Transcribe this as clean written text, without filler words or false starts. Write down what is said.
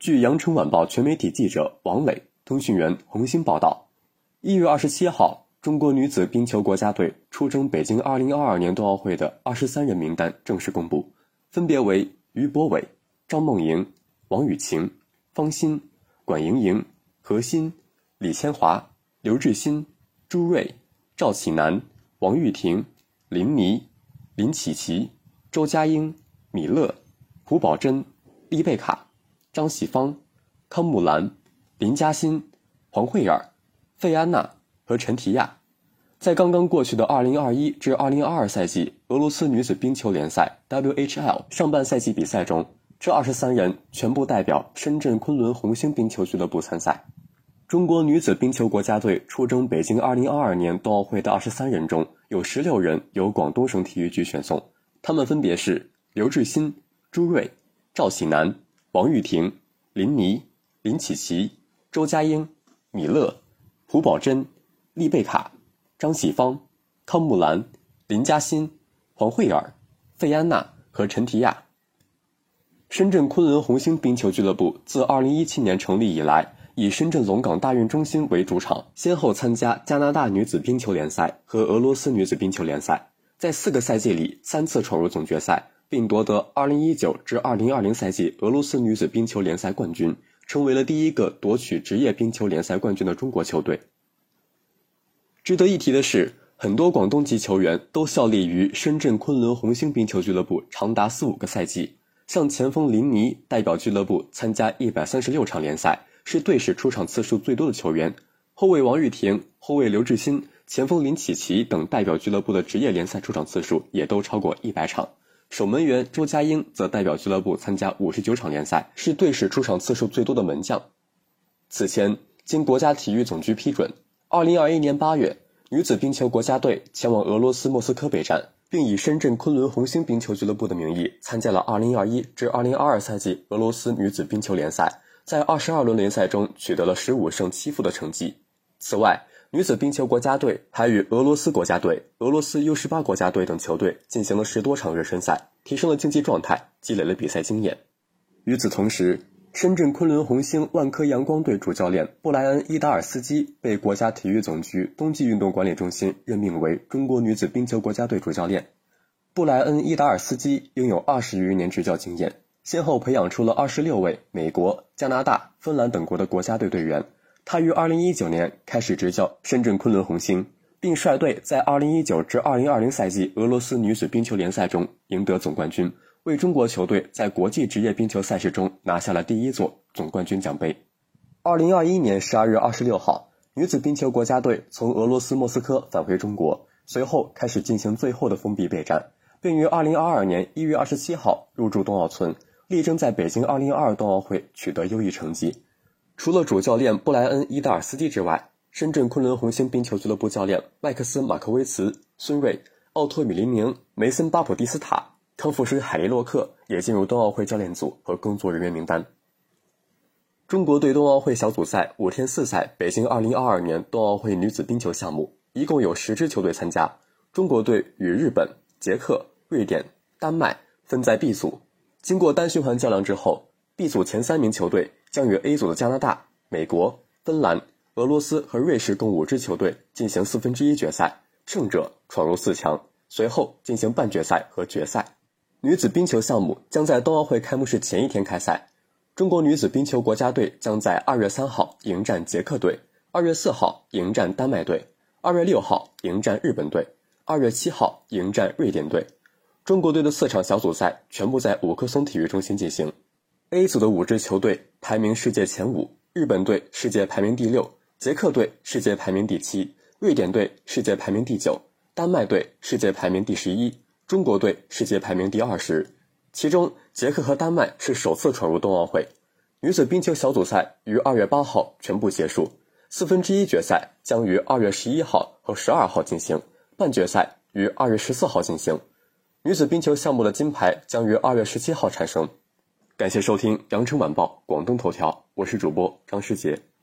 据羊城晚报全媒体记者王磊、通讯员洪鑫报道，1月27号，中国女子冰球国家队出征北京2022年冬奥会的23人名单正式公布，分别为于博伟、张梦莹、王雨晴、方欣、管莹莹、何欣、李千华、刘志新、朱瑞、赵启南、王玉婷、林妮、林启琪、周佳英、米勒、胡宝珍、丽贝卡、张喜芳、康木兰、林嘉欣、黄慧尔、费安娜和陈提亚。在刚刚过去的2021至2022赛季俄罗斯女子冰球联赛 WHL 上半赛季比赛中，这23人全部代表深圳昆仑红星冰球俱乐部参赛。中国女子冰球国家队出征北京2022年冬奥会的23人中，有16人由广东省体育局选送，他们分别是刘志新、朱瑞、赵喜南、王玉婷、林妮、林启琪、周佳英、米勒、胡宝珍、丽贝卡、张喜芳、康木兰、林嘉欣、黄慧尔、费安娜和陈提亚。深圳昆仑红星冰球俱乐部自2017年成立以来，以深圳龙岗大运中心为主场，先后参加加拿大女子冰球联赛和俄罗斯女子冰球联赛，在4个赛季里3次闯入总决赛，并夺得2019至2020赛季俄罗斯女子冰球联赛冠军，成为了第一个夺取职业冰球联赛冠军的中国球队。值得一提的是，很多广东籍球员都效力于深圳昆仑红星冰球俱乐部长达4-5个赛季，像前锋林妮代表俱乐部参加136场联赛，是队史出场次数最多的球员，后卫王玉婷、后卫刘志新、前锋林启琪等代表俱乐部的职业联赛出场次数也都超过100场。守门员周佳英则代表俱乐部参加59场联赛，是队史出场次数最多的门将。此前，经国家体育总局批准，2021年8月，女子冰球国家队前往俄罗斯莫斯科备战，并以深圳昆仑红星冰球俱乐部的名义参加了2021至2022赛季俄罗斯女子冰球联赛，在22轮联赛中取得了15胜7负的成绩。此外，女子冰球国家队还与俄罗斯国家队、俄罗斯 U18 国家队等球队进行了10多场热身赛，提升了竞技状态，积累了比赛经验。与此同时，深圳昆仑红星万科阳光队主教练布莱恩·伊达尔斯基被国家体育总局冬季运动管理中心任命为中国女子冰球国家队主教练。布莱恩·伊达尔斯基拥有20余年执教经验，先后培养出了26位美国、加拿大、芬兰等国的国家队队员。他于2019年开始执教深圳昆仑红星，并率队在2019至2020赛季俄罗斯女子冰球联赛中赢得总冠军，为中国球队在国际职业冰球赛事中拿下了第一座总冠军奖杯。2021年12月26号，女子冰球国家队从俄罗斯莫斯科返回中国，随后开始进行最后的封闭备战，并于2022年1月27号入驻冬奥村，力争在北京2022冬奥会取得优异成绩。除了主教练布莱恩·伊达尔斯基之外，深圳昆仑红星冰球俱乐部教练麦克斯·马克维茨、孙瑞、奥托·米林宁、梅森·巴普蒂斯塔、康复师海利洛克也进入冬奥会教练组和工作人员名单。中国队冬奥会小组赛5天4赛北京2022年冬奥会女子冰球项目，一共有10支球队参加。中国队与日本、捷克、瑞典、丹麦分在 B 组。经过单循环较量之后， B 组前3名球队将与 A 组的加拿大、美国、芬兰、俄罗斯和瑞士共5支球队进行1/4决赛，胜者闯入4强，随后进行半决赛和决赛。女子冰球项目将在冬奥会开幕式前一天开赛。中国女子冰球国家队将在2月3号迎战捷克队，2月4号迎战丹麦队，2月6号迎战日本队，2月7号迎战瑞典队。中国队的4场小组赛全部在五棵松体育中心进行。A 组的5支球队排名世界前5，日本队世界排名第6，捷克队世界排名第7，瑞典队世界排名第9，丹麦队世界排名第11，中国队世界排名第20。其中捷克和丹麦是首次闯入冬奥会。女子冰球小组赛于2月8号全部结束，1/4决赛将于2月11号和12号进行，半决赛于2月14号进行。女子冰球项目的金牌将于2月17号产生。感谢收听羊城晚报广东头条，我是主播张世杰。